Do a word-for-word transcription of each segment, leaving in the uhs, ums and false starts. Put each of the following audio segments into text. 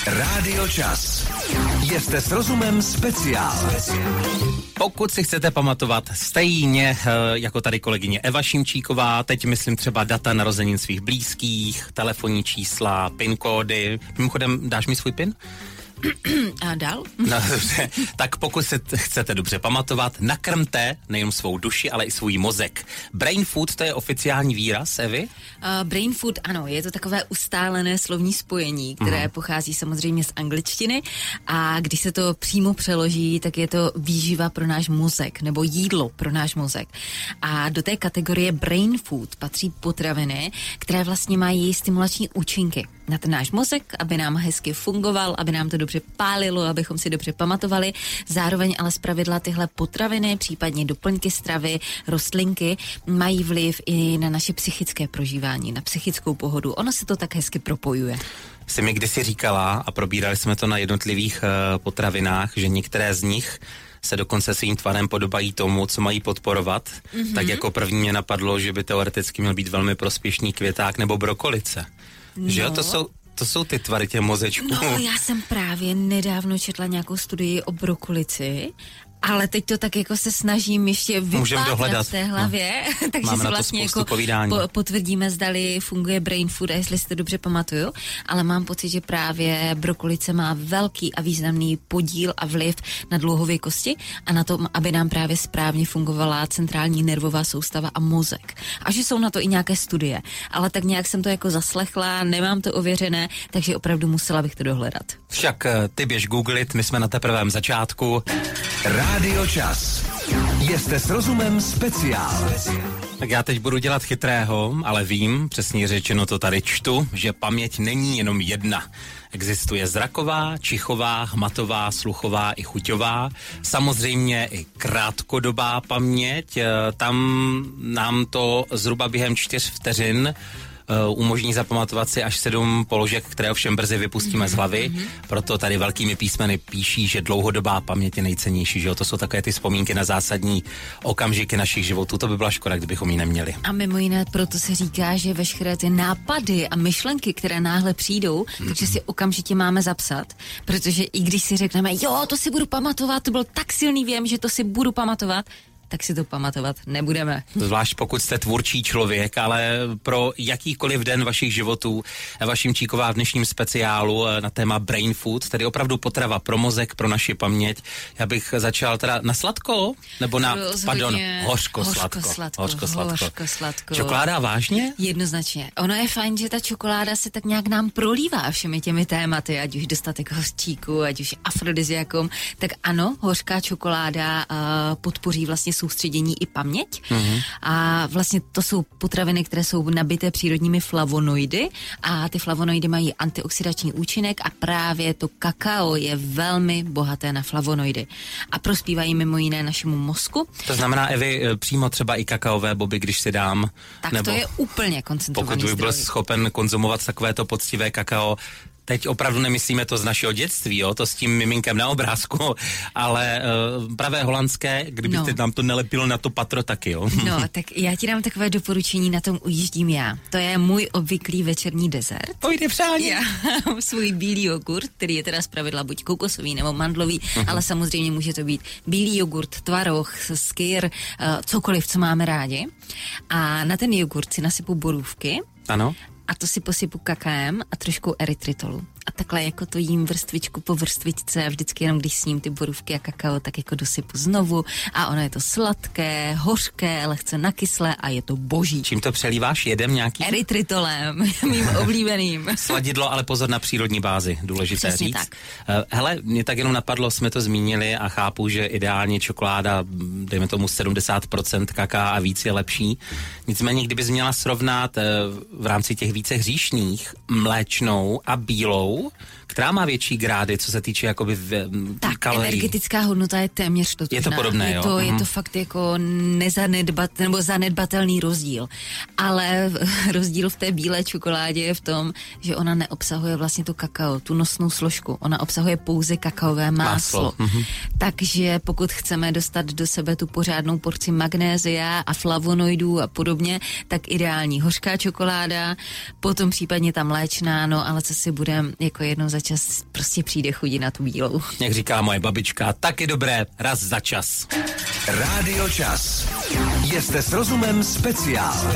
Rádio Čas. Jste s rozumem speciál. Pokud si chcete pamatovat stejně jako tady kolegyně Eva Šimčíková, teď myslím třeba data narozenin svých blízkých, telefonní čísla, PIN kódy. Mimochodem, dáš mi svůj PIN? A dál? No, dobře. Tak pokud se t- chcete dobře pamatovat, nakrmte nejen svou duši, ale i svůj mozek. Brain food, to je oficiální výraz, Evy? Uh, brain food, ano, je to takové ustálené slovní spojení, které mm. pochází samozřejmě z angličtiny a když se to přímo přeloží, tak je to výživa pro náš mozek, nebo jídlo pro náš mozek. A do té kategorie brain food patří potraviny, které vlastně mají stimulační účinky na ten náš mozek, aby nám hezky fungoval, aby nám to dobře pálilo, abychom si dobře pamatovali. Zároveň ale zpravidla tyhle potraviny, případně doplňky stravy, rostlinky, mají vliv i na naše psychické prožívání, na psychickou pohodu. Ono se to tak hezky propojuje. Jsi mi kdysi říkala, a probírali jsme to na jednotlivých uh, potravinách, že některé z nich se dokonce svým tvarem podobají tomu, co mají podporovat. Mm-hmm. Tak jako první mě napadlo, že by teoreticky měl být velmi prospěšný květák nebo brokolice. No. Že jo, to jsou, to jsou ty tvary těch mozečků. No, já jsem právě nedávno četla nějakou studii o brokolici, ale teď to tak jako se snažím ještě vypátrat v té hlavě, no. takže Máme si vlastně jako po, potvrdíme, zdali funguje brain food a jestli si to dobře pamatuju, ale mám pocit, že právě brokolice má velký a významný podíl a vliv na dlouhověkosti a na tom, aby nám právě správně fungovala centrální nervová soustava a mozek. A že jsou na to i nějaké studie, ale tak nějak jsem to jako zaslechla, nemám to ověřené, takže opravdu musela bych to dohledat. Však ty běž googlit, my jsme na teprvém začátku. Rádio Čas. Jste s rozumem speciál. Tak já teď budu dělat chytrého, ale vím, přesně řečeno to tady čtu, že paměť není jenom jedna. Existuje zraková, čichová, hmatová, sluchová i chuťová. Samozřejmě i krátkodobá paměť. Tam nám to zhruba během čtyř vteřin Uh, umožní zapamatovat si až sedm položek, které ovšem brzy vypustíme mm-hmm. z hlavy. Proto tady velkými písmeny píší, že dlouhodobá paměť je nejcennější, že jo? To jsou takové ty vzpomínky na zásadní okamžiky našich životů. To by byla škoda, kdybychom ji neměli. A mimo jiné proto se říká, že veškeré ty nápady a myšlenky, které náhle přijdou, mm-hmm. takže si okamžitě máme zapsat, protože i když si řekneme, jo, to si budu pamatovat, to byl tak silný věm, že to si budu pamatovat, tak si to pamatovat nebudeme. Zvlášť pokud jste tvůrčí člověk, ale pro jakýkoliv den vašich životů, Eva Šimčíková v dnešním speciálu na téma Brain Food, tedy opravdu potrava pro mozek, pro naši paměť. Já bych začal teda na sladko? Nebo na, Rozhodně. pardon, hořko-sladko. Hořko-sladko. Hořko-sladko. Hořko-sladko. Čokoláda vážně? Jednoznačně. Ono je fajn, že ta čokoláda se tak nějak nám prolívá všemi těmi tématy, ať už dostatek hořčíku, ať už afrodiziakum, tak ano, hořká čokoláda uh, podpoří vlastně soustředění i paměť. Mm-hmm. A vlastně to jsou potraviny, které jsou nabité přírodními flavonoidy a ty flavonoidy mají antioxidační účinek a právě to kakao je velmi bohaté na flavonoidy. A prospívají mimo jiné našemu mozku. To znamená, Evi, přímo třeba i kakaové boby, když si dám. Tak nebo to je úplně koncentrovaný pokud bych byl zdroj. schopen konzumovat takovéto poctivé kakao. Teď opravdu nemyslíme to z našeho dětství, jo, to s tím miminkem na obrázku, ale uh, pravé holandské, kdybyste no. nám to nelepilo na to patro taky, jo. No, tak já ti dám takové doporučení, na tom ujíždím já. To je můj obvyklý večerní dezert. Pojde přání. Já mám svůj bílý jogurt, který je teda zpravidla buď kokosový nebo mandlový, uh-huh. ale samozřejmě může to být bílý jogurt, tvaroh, skyr, uh, cokoliv, co máme rádi. A na ten jogurt si nasypu borůvky. Ano. A to si posypu kakaem a trošku erytritolu. A takhle jako to jím vrstvičku po vrstvičce a vždycky jenom když sním ty borůvky a kakao, tak jako dosypu znovu a ono je to sladké, hořké, lehce nakyslé a je to boží. Čím to přelíváš? Jedem nějaký? Erytritolem, mým oblíbeným. Sladidlo, ale pozor na přírodní bázi, důležité Přesně říct. tak. Hele, mě tak jenom napadlo, jsme to zmínili a chápu, že ideálně čokoláda, dejme tomu sedmdesát procent kaká a víc je lepší. Nicméně, kdybys měla srovnat v rámci těch více hříšných mléčnou a bílou, která má větší grády, co se týče jakoby v, tak, kalorií. Energetická hodnota je téměř totožná. Je to podobné, je jo? To, Mm-hmm. je to fakt jako nezanedbat, nebo zanedbatelný rozdíl. Ale rozdíl v té bílé čokoládě je v tom, že ona neobsahuje vlastně to kakao, tu nosnou složku. Ona obsahuje pouze kakaové máslo. máslo. Mm-hmm. Takže pokud chceme dostat do sebe tu pořádnou porci magnézia a flavonoidů a podobně, tak ideální hořká čokoláda, potom případně ta mléčná, no ale co si budem, jako jednou za čas prostě přijde chudit na tu bílou. Jak říká moje babička, tak je dobré raz za čas. Rádio Čas. Jste s rozumem speciál.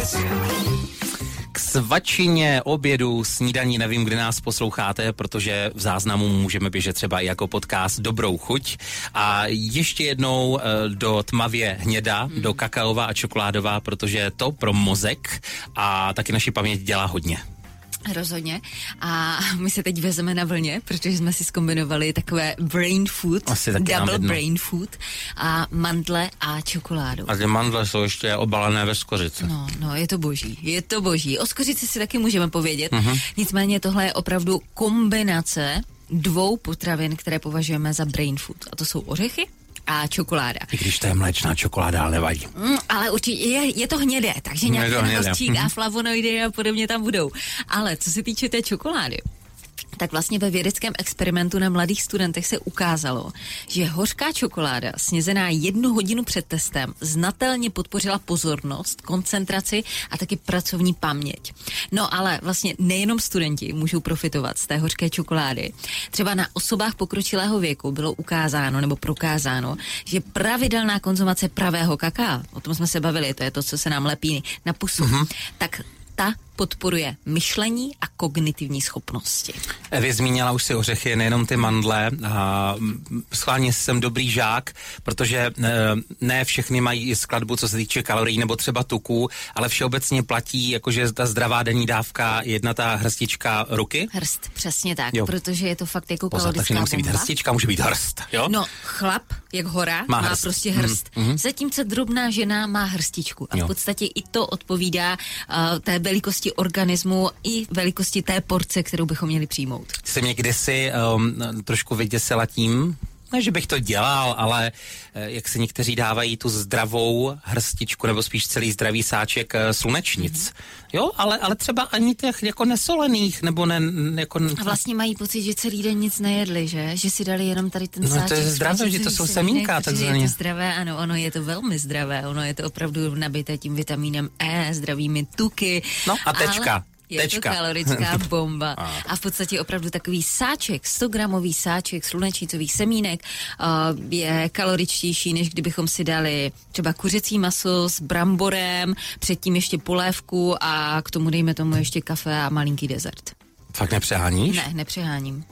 K svačině, obědu, snídaní, nevím, kde nás posloucháte, protože v záznamu můžeme běžet třeba i jako podcast Dobrou chuť. A ještě jednou do tmavě hněda, mm. do kakaová a čokoládová, protože to pro mozek a taky naši paměť dělá hodně. Rozhodně. A my se teď vezeme na vlně, protože jsme si zkombinovali takové brain food, double brain food a mandle a čokoládu. A ty mandle jsou ještě obalené ve skořici. No, no, je to boží, je to boží. O skořici si taky můžeme povědět, uh-huh. Nicméně tohle je opravdu kombinace dvou potravin, které považujeme za brain food. A to jsou ořechy a čokoláda. I když to je mléčná čokoláda, ale nevadí. Mm, ale určitě je, je to hnědé, takže nějaké hořčík a flavonoidy a podobně tam budou. Ale co se týče té čokolády, tak vlastně ve vědeckém experimentu na mladých studentech se ukázalo, že hořká čokoláda snězená jednu hodinu před testem znatelně podpořila pozornost, koncentraci a taky pracovní paměť. No ale vlastně nejenom studenti můžou profitovat z té hořké čokolády. Třeba na osobách pokročilého věku bylo ukázáno nebo prokázáno, že pravidelná konzumace pravého kakaa, o tom jsme se bavili, to je to, co se nám lepí na pusu, mm-hmm. tak ta podporuje myšlení a kognitivní schopnosti. Evě zmínila už si ořechy, nejenom ty mandle. A schválně jsem dobrý žák, protože ne všechny mají skladbu, co se týče kalorií nebo třeba tuků, ale všeobecně platí, jakože ta zdravá denní dávka, jedna ta hrstička ruky. Hrst, přesně tak, jo. Protože je to fakt jako Pozor, kalorická takže nemusí bomba. být hrstička, může být hrst, jo? No, chlap, jak hora, má, má hrst. prostě hrst. Mm, mm. Zatímco drobná žena má hrstičku. A v podstatě i to odpovídá uh, té velikosti organismu i velikosti té porce, kterou bychom měli přijmout. Jsi mě kdysi um, trošku vyděsila tím, ne, že bych to dělal, ale jak se někteří dávají tu zdravou hrstičku, nebo spíš celý zdravý sáček slunečnic. Mm-hmm. Jo, ale, ale třeba ani těch jako nesolených, nebo ne, jako... A vlastně mají pocit, že celý den nic nejedli, že? Že si dali jenom tady ten no, sáček. No to je zdravé, že to jsou semínka, takzvaně. Je to zdravé, ano, ono je to velmi zdravé, ono je to opravdu nabité tím vitamínem E, zdravými tuky. No a tečka. Ale... Je Tečka. to kalorická bomba. A v podstatě opravdu takový sáček, sto gramový sáček slunečnicových semínek uh, je kaloričtější, než kdybychom si dali třeba kuřecí maso s bramborem, předtím ještě polévku a k tomu dejme tomu ještě kafe a malinký dezert. Fakt nepřeháníš? Ne, nepřeháním.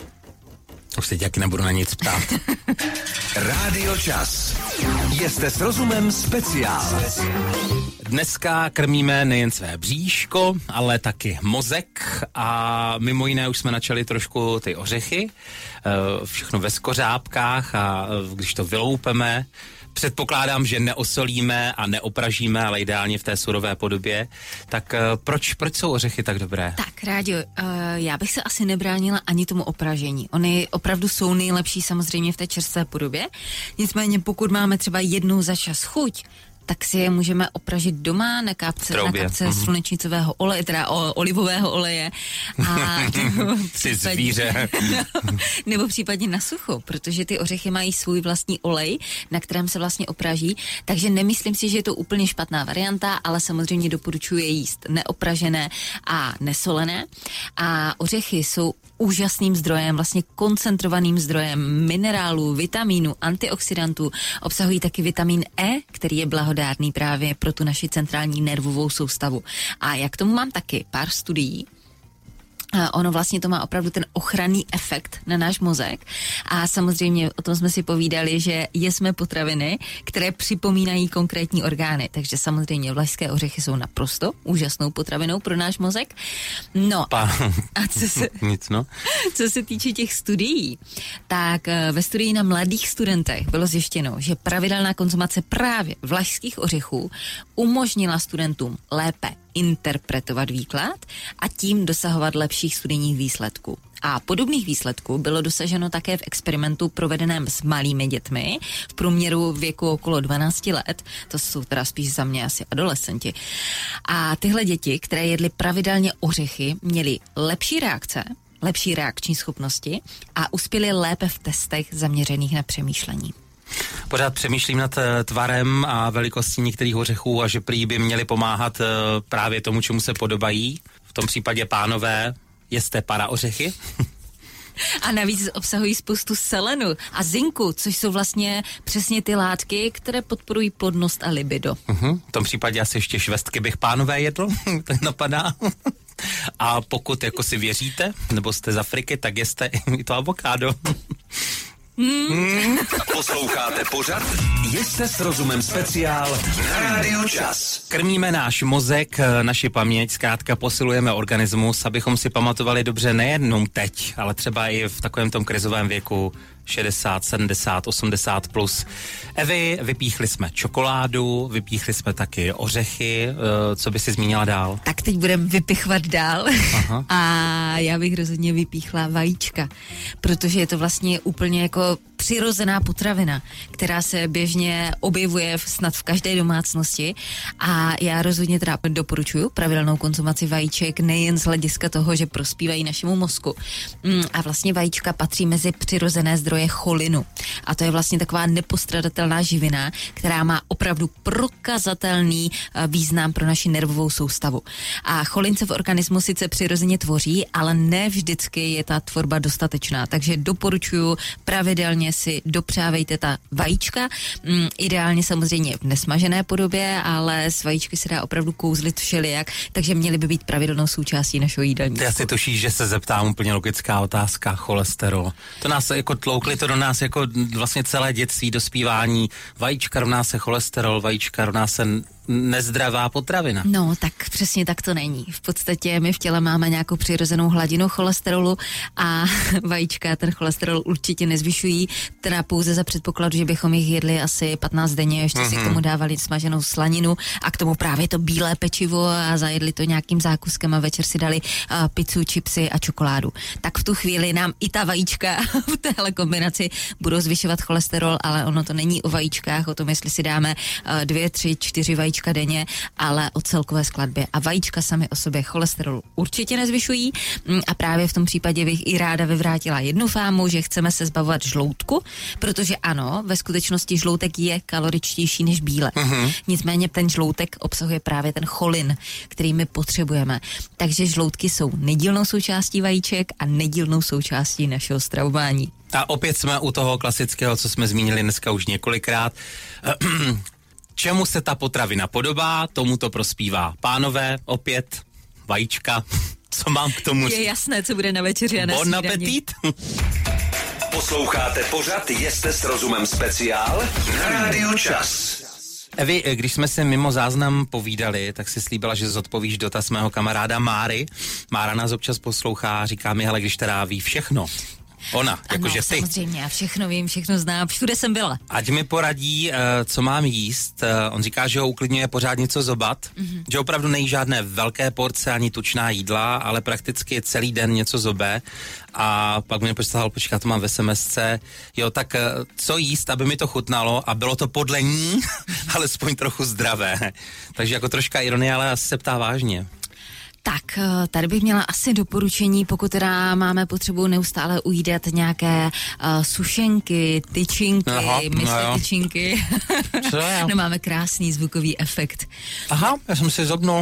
Už se taky nebudu na nic ptát. Rádio Čas. Jste s rozumem speciál. Dneska krmíme nejen své bříško, ale taky mozek a mimo jiné už jsme načali trošku ty ořechy, všechno ve skořápkách a když to vyloupeme, předpokládám, že neosolíme a neopražíme, ale ideálně v té surové podobě. Tak proč, proč jsou ořechy tak dobré? Tak, Rádio, uh, já bych se asi nebránila ani tomu opražení. Ony opravdu jsou nejlepší samozřejmě v té čerstvé podobě. Nicméně pokud máme třeba jednou za čas chuť, tak si je můžeme opražit doma na kapce, na kapce mm-hmm. slunečnicového oleje, teda o, olivového oleje. A Jsi zvíře. no, nebo případně na sucho, protože ty ořechy mají svůj vlastní olej, na kterém se vlastně opraží, takže nemyslím si, že je to úplně špatná varianta, ale samozřejmě doporučuji jíst neopražené a nesolené. A ořechy jsou úžasným zdrojem, vlastně koncentrovaným zdrojem minerálů, vitamínů, antioxidantů. Obsahují taky vitamin E, který je blahodárný právě pro tu naši centrální nervovou soustavu. A jak tomu mám taky pár studií, ono vlastně to má opravdu ten ochranný efekt na náš mozek a samozřejmě o tom jsme si povídali, že jesme potraviny, které připomínají konkrétní orgány, takže samozřejmě vlašské ořechy jsou naprosto úžasnou potravinou pro náš mozek. No Pa. a co se, Nic, no. co se týče těch studií, tak ve studii na mladých studentech bylo zjištěno, že pravidelná konzumace právě vlašských ořechů umožnila studentům lépe interpretovat výklad a tím dosahovat lepších studijních výsledků. A podobných výsledků bylo dosaženo také v experimentu provedeném s malými dětmi v průměru věku okolo dvanáct let. To jsou teda spíš za mě asi adolescenti. A tyhle děti, které jedly pravidelně ořechy, měly lepší reakce, lepší reakční schopnosti a uspěly lépe v testech zaměřených na přemýšlení. Pořád přemýšlím nad tvarem a velikostí některých ořechů a že prý by měly pomáhat právě tomu, čemu se podobají. tom případě, pánové, jeste para ořechy. A navíc obsahují spoustu selenu a zinku, což jsou vlastně přesně ty látky, které podporují plodnost a libido. Uh-huh. V tom případě asi ještě švestky bych, pánové, jedl, tak napadá. A pokud jako si věříte, nebo jste z Afriky, tak jeste i to avokádo. Hmm. Hmm. Posloucháte pořad Jeste s rozumem speciál na Rádiu Čas. Krmíme náš mozek, naši paměť, zkrátka posilujeme organismus, abychom si pamatovali dobře nejenom teď, ale třeba i v takovém tom krizovém věku šedesát, sedmdesát, osmdesát plus. Evi, vypíchli jsme čokoládu, vypíchli jsme taky ořechy, co by si zmínila dál? Tak teď budeme vypichvat dál. Aha. A já bych rozhodně vypíchla vajíčka, protože je to vlastně úplně jako přirozená potravina, která se běžně objevuje snad v každé domácnosti a já rozhodně teda doporučuji pravidelnou konzumaci vajíček nejen z hlediska toho, že prospívají našemu mozku. A vlastně vajíčka patří mezi přirozené zdroje cholinu. A to je vlastně taková nepostradatelná živina, která má opravdu prokazatelný význam pro naši nervovou soustavu. A cholin se v organismu sice přirozeně tvoří, ale ne vždycky je ta tvorba dostatečná. Takže doporučuji pravidelně si dopřávejte ta vajíčka. Mm, ideálně samozřejmě v nesmažené podobě, ale s vajíčky se dá opravdu kouzlit všelijak, takže měly by být pravidelnou součástí našeho jídelníčku. Ty asi tušíš, že se zeptám úplně logická otázka, cholesterol. To nás jako tloukli to do nás jako vlastně celé dětství, dospívání. Vajíčka rovná se cholesterol, vajíčka rovná se nezdravá potravina. No, tak přesně tak to není. V podstatě my v těle máme nějakou přirozenou hladinu cholesterolu a vajíčka ten cholesterol určitě nezvyšují, teda pouze za předpokladu, že bychom jich jedli asi patnáct denně, ještě mm-hmm. si k tomu dávali smaženou slaninu a k tomu právě to bílé pečivo a zajedli to nějakým zákuskem a večer si dali uh, pizzu, chipsy a čokoládu. Tak v tu chvíli nám i ta vajíčka v téhle kombinaci budou zvyšovat cholesterol, ale ono to není o vajíčkách, o tom, jestli si dáme uh, dvě, tři, čtyři vajíčka denně, ale o celkové skladbě. A vajíčka sami o sobě cholesterol určitě nezvyšují a právě v tom případě bych i ráda vyvrátila jednu fámu, že chceme se zbavovat žloutku, protože ano, ve skutečnosti žloutek je kaloričtější než bílek. Uh-huh. Nicméně ten žloutek obsahuje právě ten cholin, který my potřebujeme. Takže žloutky jsou nedílnou součástí vajíček a nedílnou součástí našeho stravování. A opět jsme u toho klasického, co jsme zmínili dneska už několikrát. Čemu se ta potravina podobá, tomu to prospívá. Pánové, opět, vajíčka, co mám k tomu? Je jasné, co bude na večeři a na bon appetit. Posloucháte pořad Jeste s rozumem speciál na Rádiu Čas. Evi, když jsme se mimo záznam povídali, tak si slíbila, že zodpovíš dotaz mého kamaráda Máry. Mára nás občas poslouchá, říká mi, hele, když teda ví všechno. Ona, jakože ty. Samozřejmě, já všechno vím, všechno znám, všude jsem byla. Ať mi poradí, uh, co mám jíst. Uh, on říká, že ho uklidňuje pořád něco zobat, mm-hmm. že opravdu nejí žádné velké porce ani tučná jídla, ale prakticky celý den něco zobe. A pak mi poslal, počkat, to mám v SMSce. Jo, tak uh, co jíst, aby mi to chutnalo a bylo to podle ní, alespoň trochu zdravé. Takže jako troška ironie, ale asi se ptá vážně. Tak, tady bych měla asi doporučení, pokud teda máme potřebu neustále ujídat nějaké uh, sušenky, tyčinky, mysli no tyčinky. No máme krásný zvukový efekt. Aha, já jsem si zobnul.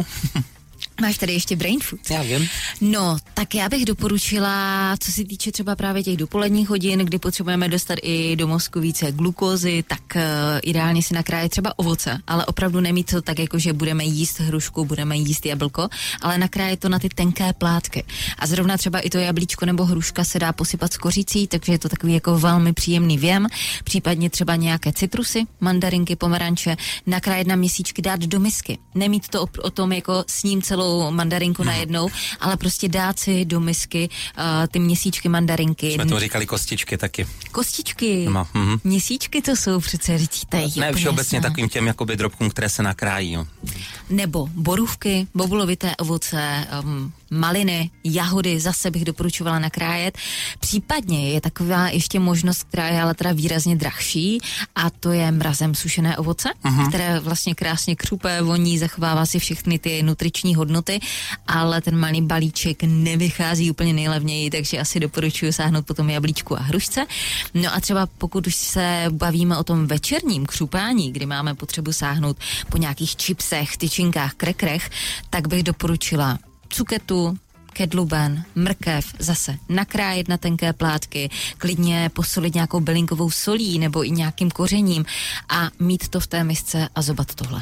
Máš tady ještě brain food. Já vím. No, tak já bych doporučila, co se týče třeba právě těch dopoledních hodin, kdy potřebujeme dostat i do mozku více glukózy, tak uh, ideálně si nakrájet třeba ovoce, ale opravdu nemít to tak, jako že budeme jíst hrušku, budeme jíst jablko, ale nakrájet to na ty tenké plátky. A zrovna třeba i to jablíčko nebo hruška se dá posypat s kořicí, takže je to takový jako velmi příjemný věm, případně třeba nějaké citrusy, mandarinky, pomeranče, nakrájet na měsíčky, dát do misky. Nemít to o, o tom jako s ním celou mandarinku hmm. najednou, ale prostě dát si do misky uh, ty měsíčky mandarinky. Jsme to říkali kostičky taky. Kostičky. No, mm-hmm. Měsíčky to jsou přece, to je ne, všeobecně takovým těm jakoby drobkům, které se nakrájí. Jo. Nebo borůvky, bobulovité ovoce, um, maliny, jahody, zase bych doporučovala nakrájet. Případně je taková ještě možnost, která je ale teda výrazně drahší, a to je mrazem sušené ovoce, uh-huh. které vlastně krásně křupé, voní, zachovává si všechny ty nutriční hodnoty, ale ten malý balíček nevychází úplně nejlevněji, takže asi doporučuji sáhnout po tom jablíčku a hrušce. No a třeba pokud už se bavíme o tom večerním křupání, kdy máme potřebu sáhnout po nějakých čipsech, tyčinkách, krekrech, tak bych doporučila cuketu, kedluben, mrkev, zase nakrájet na tenké plátky, klidně posolit nějakou bylinkovou solí nebo i nějakým kořením a mít to v té misce a zobat tohle.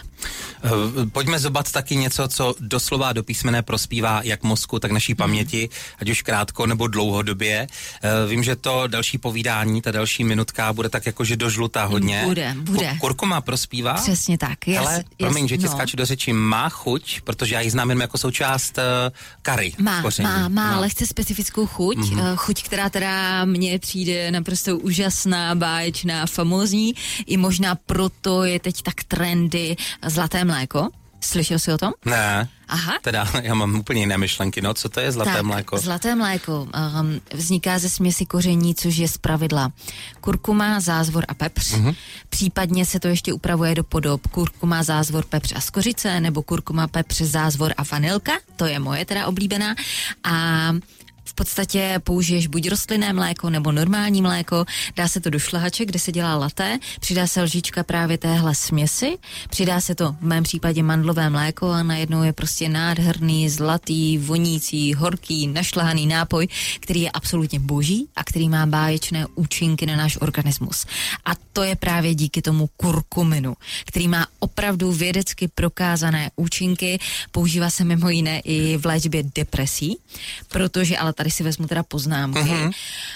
Pojďme zobat taky něco, co doslova do písmene prospívá jak mozku, tak naší paměti, ať už krátko nebo dlouhodobě. Vím, že to další povídání, ta další minutka bude tak jakože dožlutá hodně. Bude, bude. Kurkuma prospívá? Přesně tak. Yes, Ale, yes, promiň, že ti no. skáču do řeči, má chuť, protože já ji znám jen jako součást uh, kary. Má, koření. má, má no. lehce specifickou chuť, mm-hmm. chuť, která teda mně přijde naprosto úžasná, báječná, famózní, i možná proto je teď tak trendy zlaté mléko. Slyšel jsi o tom? Ne. Aha. Teda já mám úplně jiné myšlenky. No, co to je zlaté tak, mléko? Zlaté mléko um, vzniká ze směsi koření, což je zpravidla kurkuma, zázvor a pepř. Mm-hmm. Případně se to ještě upravuje do podob kurkuma, zázvor, pepř a skořice, nebo kurkuma, pepř, zázvor a vanilka. To je moje teda oblíbená. A v podstatě použiješ buď rostlinné mléko nebo normální mléko, dá se to do šlehače, kde se dělá laté, přidá se lžička právě téhle směsi, přidá se to v mém případě mandlové mléko a najednou je prostě nádherný, zlatý, vonící, horký, našlehaný nápoj, který je absolutně boží a který má báječné účinky na náš organismus. A to je právě díky tomu kurkuminu, který má opravdu vědecky prokázané účinky, používá se mimo jiné i v léčbě depresí, protože ale tady si vezmu teda poznámky, uh-huh.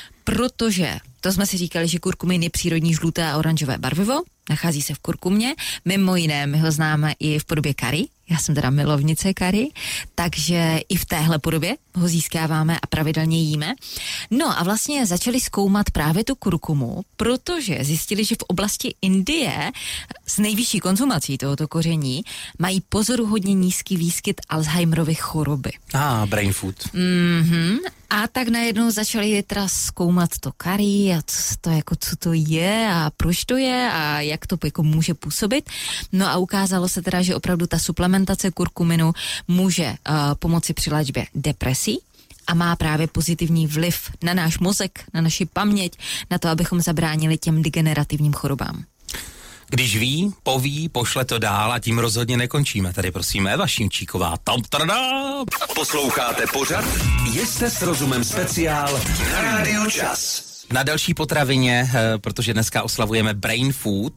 protože to jsme si říkali, že kurkumin je přírodní žluté a oranžové barvivo, nachází se v kurkumě, mimo jiné my ho známe i v podobě kari, já jsem teda milovnice kari, takže i v téhle podobě ho získáváme a pravidelně jíme. No a vlastně začali zkoumat právě tu kurkumu, protože zjistili, že v oblasti Indie s nejvyšší konzumací tohoto koření mají pozoruhodně nízký výskyt Alzheimerovy choroby. Ah, brain food. Mhm. A tak najednou začali teda zkoumat to kari a co to, jako, co to je a proč to je a jak to jako může působit. No a ukázalo se teda, že opravdu ta suplementace kurkuminu může uh, pomoci při léčbě depresí a má právě pozitivní vliv na náš mozek, na naši paměť, na to, abychom zabránili těm degenerativním chorobám. Když ví, poví, pošle to dál a tím rozhodně nekončíme. Tady prosím Eva Šimčíková. Tam, tada! Posloucháte pořad Jste s rozumem speciál na Rádiu Čas. Na další potravině, protože dneska oslavujeme brain food,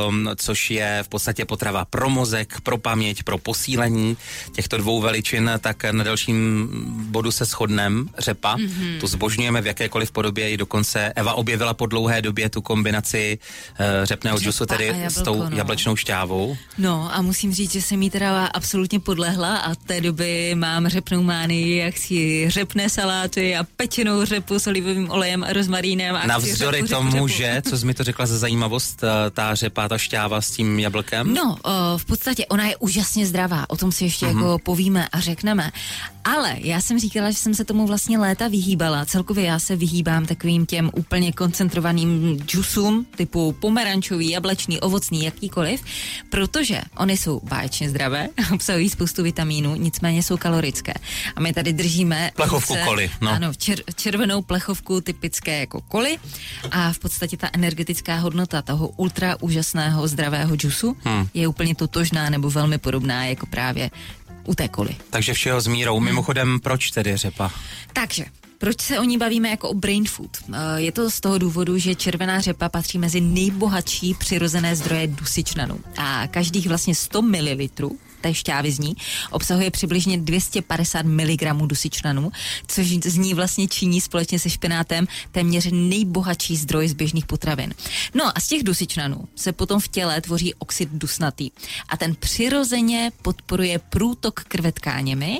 což je v podstatě potrava pro mozek, pro paměť, pro posílení těchto dvou veličin, tak na dalším bodu se shodneme, řepa, mm-hmm. tu zbožňujeme v jakékoliv podobě, i dokonce Eva objevila po dlouhé době tu kombinaci řepného džusu, tedy jablko, s tou no. jablečnou šťávou. No a musím říct, že jsem jí teda absolutně podlehla a od té doby mám řepnou mánii, jak si řepné saláty a pečenou řepu s olivovým olejem a rozmarínem. Navzdory řepu, tomu, řepu. že, co jsi mi to řekla za zajímavost, ta řepa, ta šťáva s tím jablkem? No, o, v podstatě ona je úžasně zdravá, o tom si ještě mm-hmm. jako povíme a řekneme. Ale já jsem říkala, že jsem se tomu vlastně léta vyhýbala. Celkově já se vyhýbám takovým těm úplně koncentrovaným džusům, typu pomerančový, jablečný, ovocný, jakýkoliv, protože oni jsou báječně zdravé, obsahují spoustu vitamínů, nicméně jsou kalorické. A my tady držíme... Plechovku se, koli, no. Ano, čer, červenou plechovku typické jako koli a v podstatě ta energetická hodnota toho ultra úžasného zdravého džusu hmm. je úplně totožná nebo velmi podobná jako právě u té koli. Takže všeho s mírou. Hmm. Mimochodem, proč tedy řepa? Takže, proč se o ní bavíme jako o brain food? Je to z toho důvodu, že červená řepa patří mezi nejbohatší přirozené zdroje dusičnanů. A každých vlastně sto mililitrů té šťávy z ní obsahuje přibližně dvě stě padesát miligramů dusičnanů, což z ní vlastně činí společně se špenátem téměř nejbohatší zdroj z běžných potravin. No a z těch dusičnanů se potom v těle tvoří oxid dusnatý a ten přirozeně podporuje průtok krve tkáněmi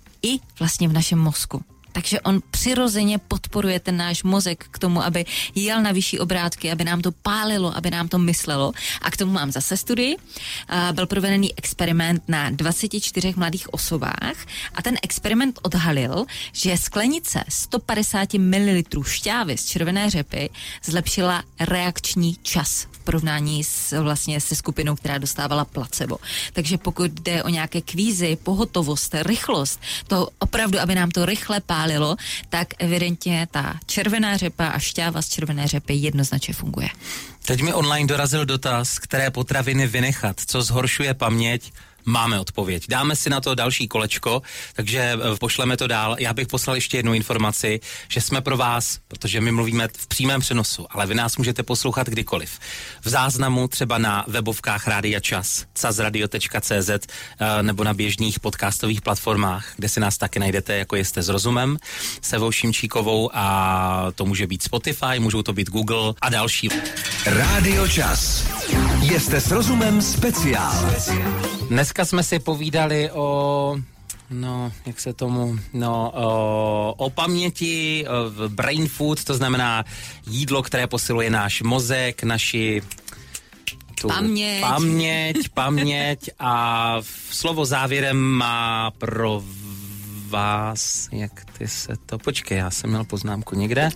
i vlastně v našem mozku. Takže on přirozeně podporuje ten náš mozek k tomu, aby jel na vyšší obrátky, aby nám to pálilo, aby nám to myslelo. A k tomu mám zase studii. Byl provedený experiment na dvaceti čtyřech mladých osobách a ten experiment odhalil, že sklenice sto padesát mililitrů šťávy z červené řepy zlepšila reakční čas v porovnání s, vlastně se skupinou, která dostávala placebo. Takže pokud jde o nějaké kvízy, pohotovost, rychlost, to opravdu, aby nám to rychle pálilo, tak evidentně ta červená řepa a šťáva z červené řepy jednoznačně funguje. Teď mi online dorazil dotaz, které potraviny vynechat, co zhoršuje paměť, Máme odpověď. Dáme si na to další kolečko, takže pošleme to dál. Já bych poslal ještě jednu informaci, že jsme pro vás, protože my mluvíme v přímém přenosu, ale vy nás můžete poslouchat kdykoliv. V záznamu třeba na webovkách Rádia Čas, cazradio tečka cz nebo na běžných podcastových platformách, kde si nás taky najdete, jako Jste s rozumem, s Evou Šimčíkovou, a to může být Spotify, můžou to být Google a další. Rádio Čas. Jste s rozumem speciál. Dneska jsme si povídali o, no, jak se tomu, no, o, o paměti, o brain food, to znamená jídlo, které posiluje náš mozek, naši tu paměť. paměť, paměť a slovo závěrem má pro vás, jak ty se to, počkej, já jsem měl poznámku někde.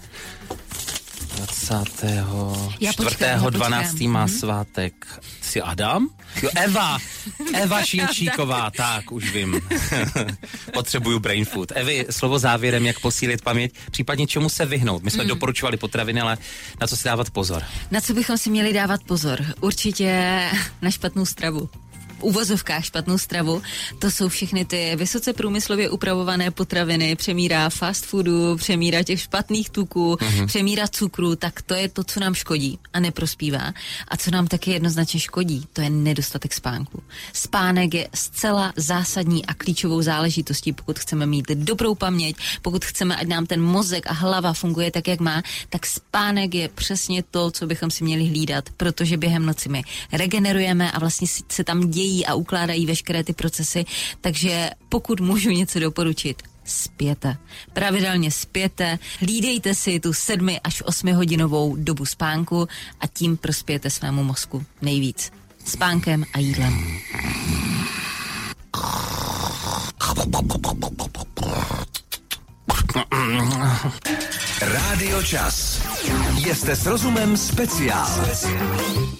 dvacátého čtvrtého dvanáctého má svátek. Jsi Adam? Jo, Eva. Eva Šimčíková, tak, už vím. Potřebuju brain food. Evi, slovo závěrem, jak posílit paměť, případně čemu se vyhnout. My jsme mm. doporučovali potraviny, ale na co si dávat pozor? Na co bychom si měli dávat pozor? Určitě na špatnou stravu. Uvozovkách špatnou stravu. To jsou všechny ty vysoce průmyslově upravované potraviny, přemíra fast foodu, přemíra těch špatných tuků, mm-hmm. přemíra cukru, tak to je to, co nám škodí a neprospívá. A co nám taky jednoznačně škodí, to je nedostatek spánku. Spánek je zcela zásadní a klíčovou záležitostí, pokud chceme mít dobrou paměť, pokud chceme, ať nám ten mozek a hlava funguje tak, jak má, tak spánek je přesně to, co bychom si měli hlídat, protože během noci my regenerujeme a vlastně se tam dějí a ukládají veškeré ty procesy, takže pokud můžu něco doporučit, spěte. Pravidelně spěte, hlídejte si tu sedmi až osmi hodinovou dobu spánku a tím prospějete svému mozku nejvíc. Spánkem a jídlem. Rádio Čas. Jste s rozumem speciál.